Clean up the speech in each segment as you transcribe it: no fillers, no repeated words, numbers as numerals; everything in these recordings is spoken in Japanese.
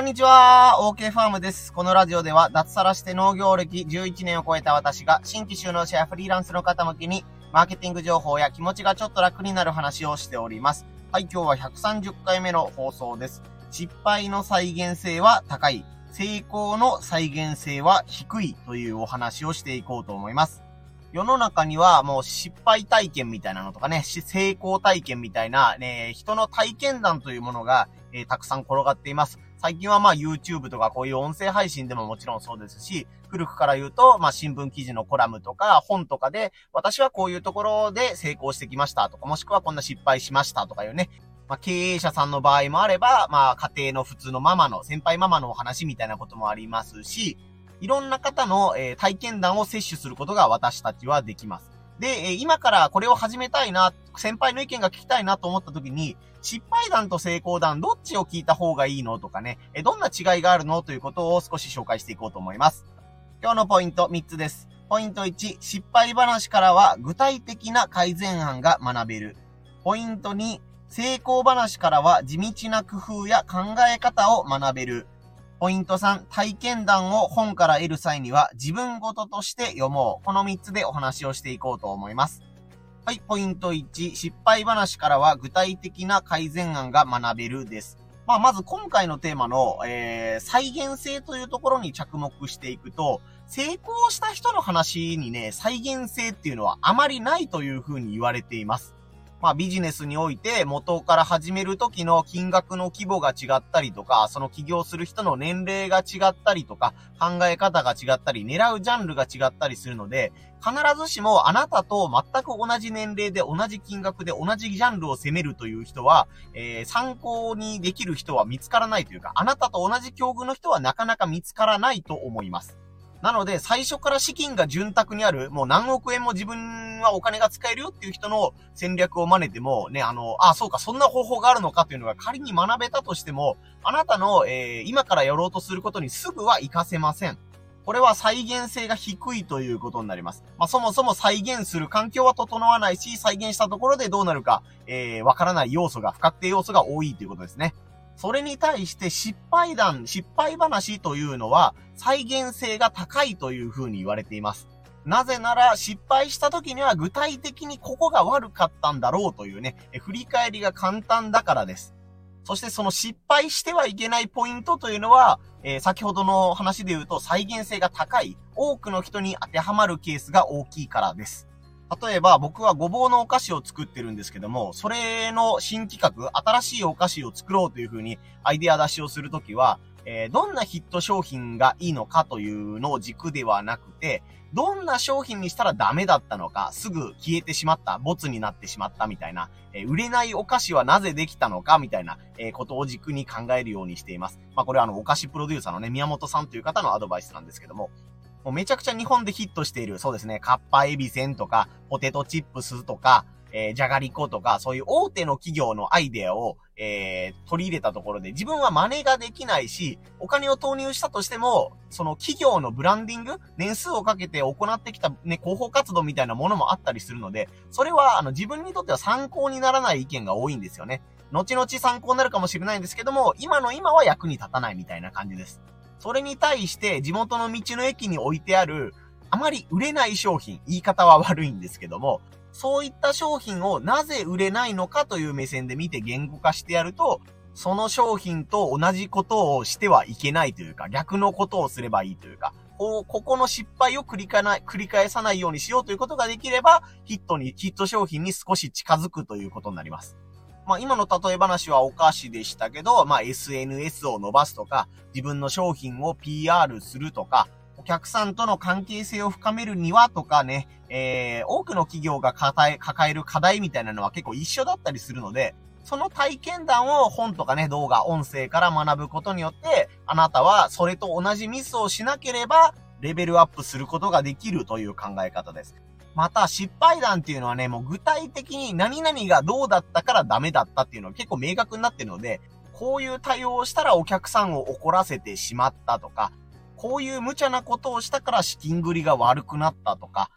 こんにちは、OK ファームです。このラジオでは脱サラして農業歴11年を超えた私が新規就農者やフリーランスの方向けにマーケティング情報や気持ちがちょっと楽になる話をしております。はい、今日は130回目の放送です。失敗の再現性は高い、成功の再現性は低いというお話をしていこうと思います。世の中にはもう失敗体験みたいなのとかね、成功体験みたいな、人の体験談というものが、たくさん転がっています。最近はYouTube とかこういう音声配信でももちろんそうですし、古くから言うと新聞記事のコラムとか本とかで、私はこういうところで成功してきましたとか、もしくはこんな失敗しましたとかいうね、経営者さんの場合もあれば、家庭の普通のママの、先輩ママのお話みたいなこともありますし、いろんな方の、体験談を摂取することが私たちはできます。で、今からこれを始めたいな、先輩の意見が聞きたいなと思った時に、失敗談と成功談、どっちを聞いた方がいいのとかね、どんな違いがあるのということを少し紹介していこうと思います。今日のポイント3つです。ポイント1、失敗話からは具体的な改善案が学べる。ポイント2、成功話からは地道な工夫や考え方を学べる。ポイント3、体験談を本から得る際には自分ごととして読もう。この3つでお話をしていこうと思います。はい、ポイント1、失敗話からは具体的な改善案が学べるです。まず今回のテーマの、再現性というところに着目していくと、成功した人の話にね、再現性っていうのはあまりないというふうに言われています。ビジネスにおいて元から始める時の金額の規模が違ったりとか、その起業する人の年齢が違ったりとか、考え方が違ったり、狙うジャンルが違ったりするので、必ずしもあなたと全く同じ年齢で同じ金額で同じジャンルを攻めるという人は、参考にできる人は見つからないというか、あなたと同じ境遇の人はなかなか見つからないと思います。なので、最初から資金が潤沢にある、もう何億円も自分はお金が使えるよっていう人の戦略を真似ても、ね、そうか、そんな方法があるのかというのが仮に学べたとしても、あなたの、今からやろうとすることにすぐは活かせません。これは再現性が低いということになります。そもそも再現する環境は整わないし、再現したところでどうなるか、わからない要素が、不確定要素が多いということですね。それに対して失敗話というのは再現性が高いというふうに言われています。なぜなら失敗した時には具体的にここが悪かったんだろうというね、振り返りが簡単だからです。そしてその失敗してはいけないポイントというのは、先ほどの話で言うと再現性が高い、多くの人に当てはまるケースが大きいからです。例えば僕はごぼうのお菓子を作ってるんですけども、それの新企画、新しいお菓子を作ろうというふうにアイデア出しをするときは、どんなヒット商品がいいのかというのを軸ではなくて、どんな商品にしたらダメだったのか、すぐ消えてしまった、ボツになってしまったみたいな、売れないお菓子はなぜできたのかみたいな、ことを軸に考えるようにしています。これはお菓子プロデューサーのね、宮本さんという方のアドバイスなんですけども、もうめちゃくちゃ日本でヒットしている、そうですね、カッパエビせんとか、ポテトチップスとか、じゃがりことか、そういう大手の企業のアイデアを、取り入れたところで、自分は真似ができないし、お金を投入したとしても、その企業のブランディング、年数をかけて行ってきたね、広報活動みたいなものもあったりするので、それは自分にとっては参考にならない意見が多いんですよね。後々参考になるかもしれないんですけども、今の今は役に立たないみたいな感じです。それに対して地元の道の駅に置いてあるあまり売れない商品、言い方は悪いんですけども、そういった商品をなぜ売れないのかという目線で見て言語化してやると、その商品と同じことをしてはいけないというか、逆のことをすればいいというか、ここの失敗を繰り返さないようにしようということができれば、ヒット商品に少し近づくということになります。今の例え話はお菓子でしたけど、SNS を伸ばすとか、自分の商品を PR するとか、お客さんとの関係性を深めるにはとかね、多くの企業が抱える課題みたいなのは結構一緒だったりするので、その体験談を本とかね、動画、音声から学ぶことによって、あなたはそれと同じミスをしなければ、レベルアップすることができるという考え方です。また失敗談っていうのはね、もう具体的に何々がどうだったからダメだったっていうのは結構明確になってるので、こういう対応をしたらお客さんを怒らせてしまったとか、こういう無茶なことをしたから資金繰りが悪くなったとか、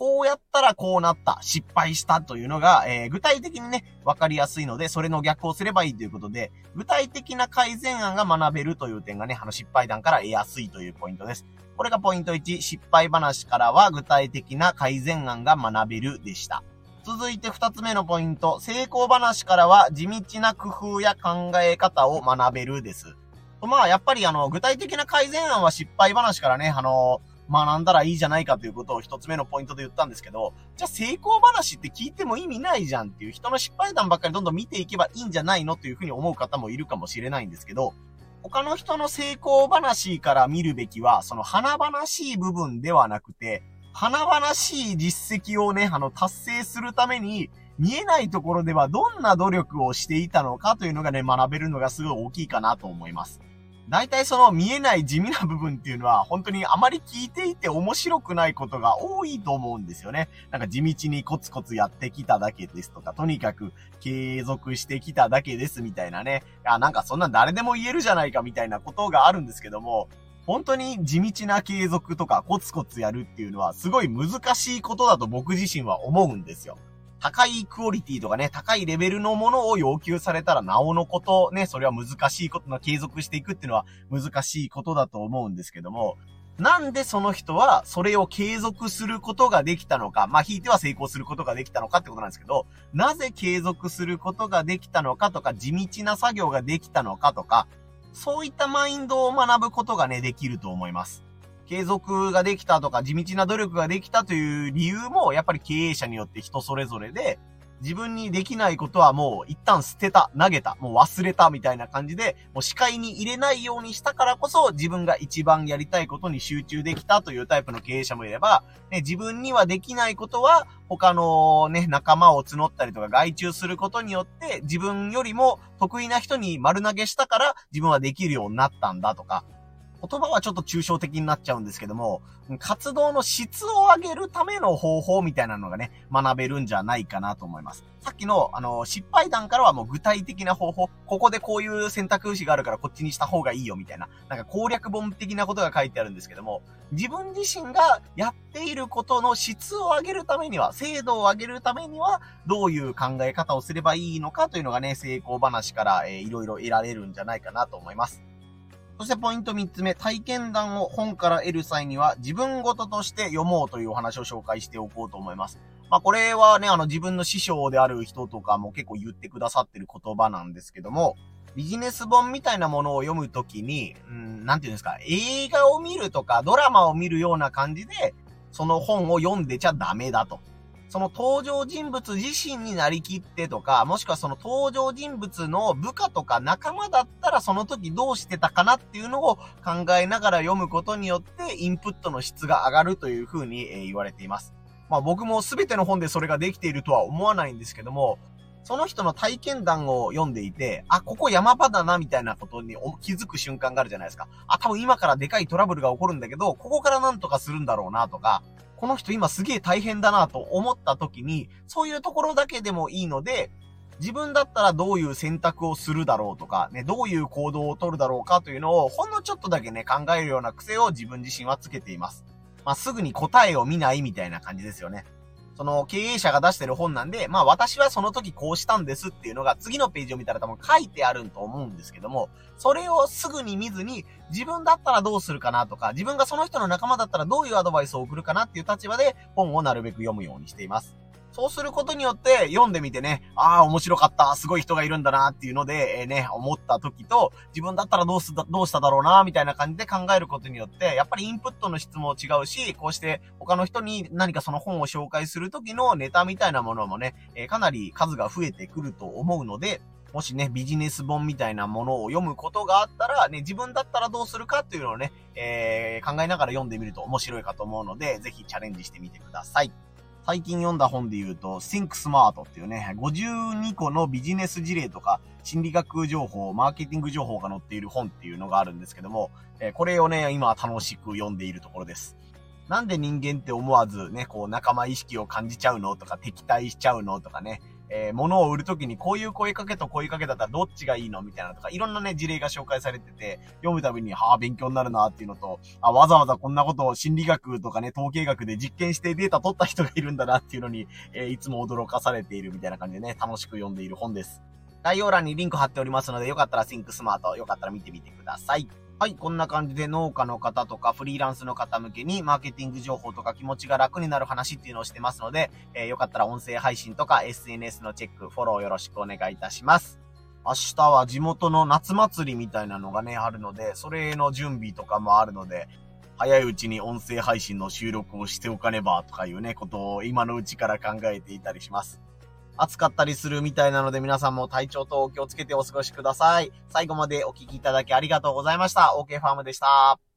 こうやったらこうなった、失敗したというのが、具体的にね、わかりやすいので、それの逆をすればいいということで、具体的な改善案が学べるという点がね、失敗談から得やすいというポイントです。これがポイント1、失敗話からは具体的な改善案が学べるでした。続いて2つ目のポイント、成功話からは地道な工夫や考え方を学べるです。やっぱり具体的な改善案は失敗話からね、学んだらいいじゃないかということを一つ目のポイントで言ったんですけど、じゃあ成功話って聞いても意味ないじゃんっていう人の失敗談ばっかりどんどん見ていけばいいんじゃないのというふうに思う方もいるかもしれないんですけど、他の人の成功話から見るべきは、その華々しい部分ではなくて、華々しい実績をね、達成するために、見えないところではどんな努力をしていたのかというのがね、学べるのがすごい大きいかなと思います。大体その見えない地味な部分っていうのは本当にあまり聞いていて面白くないことが多いと思うんですよね。なんか地道にコツコツやってきただけですとか、とにかく継続してきただけですみたいなね。なんかそんな誰でも言えるじゃないかみたいなことがあるんですけども、本当に地道な継続とかコツコツやるっていうのはすごい難しいことだと僕自身は思うんですよ。高いクオリティとかね、高いレベルのものを要求されたらなおのことね、それは難しいことの継続していくっていうのは難しいことだと思うんですけども、なんでその人はそれを継続することができたのか、ひいては成功することができたのかってことなんですけど、なぜ継続することができたのかとか、地道な作業ができたのかとか、そういったマインドを学ぶことがね、できると思います。継続ができたとか地道な努力ができたという理由もやっぱり経営者によって人それぞれで、自分にできないことはもう一旦捨てた、投げた、もう忘れたみたいな感じで、もう視界に入れないようにしたからこそ自分が一番やりたいことに集中できたというタイプの経営者もいれば、自分にはできないことは他のね、仲間を募ったりとか外注することによって自分よりも得意な人に丸投げしたから自分はできるようになったんだとか、言葉はちょっと抽象的になっちゃうんですけども、活動の質を上げるための方法みたいなのがね、学べるんじゃないかなと思います。さっきの、失敗談からはもう具体的な方法、ここでこういう選択肢があるからこっちにした方がいいよみたいな、なんか攻略本的なことが書いてあるんですけども、自分自身がやっていることの質を上げるためには、精度を上げるためには、どういう考え方をすればいいのかというのがね、成功話からいろいろ得られるんじゃないかなと思います。そしてポイント3つ目、体験談を本から得る際には自分ごととして読もうというお話を紹介しておこうと思います。これはね、自分の師匠である人とかも結構言ってくださってる言葉なんですけども、ビジネス本みたいなものを読むときに、なんていうんですか、映画を見るとかドラマを見るような感じで、その本を読んでちゃダメだと。その登場人物自身になりきってとか、もしくはその登場人物の部下とか仲間だったらその時どうしてたかなっていうのを考えながら読むことによってインプットの質が上がるというふうに言われています。僕も全ての本でそれができているとは思わないんですけども、その人の体験談を読んでいて、ここ山場だなみたいなことに気づく瞬間があるじゃないですか。多分今からでかいトラブルが起こるんだけど、ここからなんとかするんだろうなとか、この人今すげえ大変だなと思った時に、そういうところだけでもいいので、自分だったらどういう選択をするだろうとか、ね、どういう行動を取るだろうかというのを、ほんのちょっとだけね、考えるような癖を自分自身はつけています。すぐに答えを見ないみたいな感じですよね。その経営者が出してる本なんで、私はその時こうしたんですっていうのが次のページを見たら多分書いてあると思うんですけども、それをすぐに見ずに自分だったらどうするかなとか、自分がその人の仲間だったらどういうアドバイスを送るかなっていう立場で本をなるべく読むようにしています。そうすることによって読んでみてね、面白かった、すごい人がいるんだなっていうので、思った時と、自分だったらどうしただろうなみたいな感じで考えることによって、やっぱりインプットの質も違うし、こうして他の人に何かその本を紹介する時のネタみたいなものもね、かなり数が増えてくると思うので、もしね、ビジネス本みたいなものを読むことがあったら、ね、自分だったらどうするかっていうのをね、考えながら読んでみると面白いかと思うので、ぜひチャレンジしてみてください。最近読んだ本で言うと、Think Smart っていうね、52個のビジネス事例とか、心理学情報、マーケティング情報が載っている本っていうのがあるんですけども、これをね、今楽しく読んでいるところです。なんで人間って思わずね、こう仲間意識を感じちゃうのとか、敵対しちゃうのとかね、 物を売るときにこういう声かけとこういうかけだったらどっちがいいのみたいなのとか、いろんなね、事例が紹介されてて、読むたびに、勉強になるなっていうのと、わざわざこんなことを心理学とかね、統計学で実験してデータ取った人がいるんだなっていうのに、いつも驚かされているみたいな感じでね、楽しく読んでいる本です。概要欄にリンク貼っておりますので、よかったら Think Smart、よかったら見てみてください。はい、こんな感じで農家の方とかフリーランスの方向けにマーケティング情報とか気持ちが楽になる話っていうのをしてますので、よかったら音声配信とか SNS のチェック、フォローよろしくお願いいたします。明日は地元の夏祭りみたいなのがね、あるので、それの準備とかもあるので、早いうちに音声配信の収録をしておかねばとかいうね、ことを今のうちから考えていたりします。暑かったりするみたいなので皆さんも体調とお気をつけてお過ごしください。最後までお聞きいただきありがとうございました。OK ファームでした。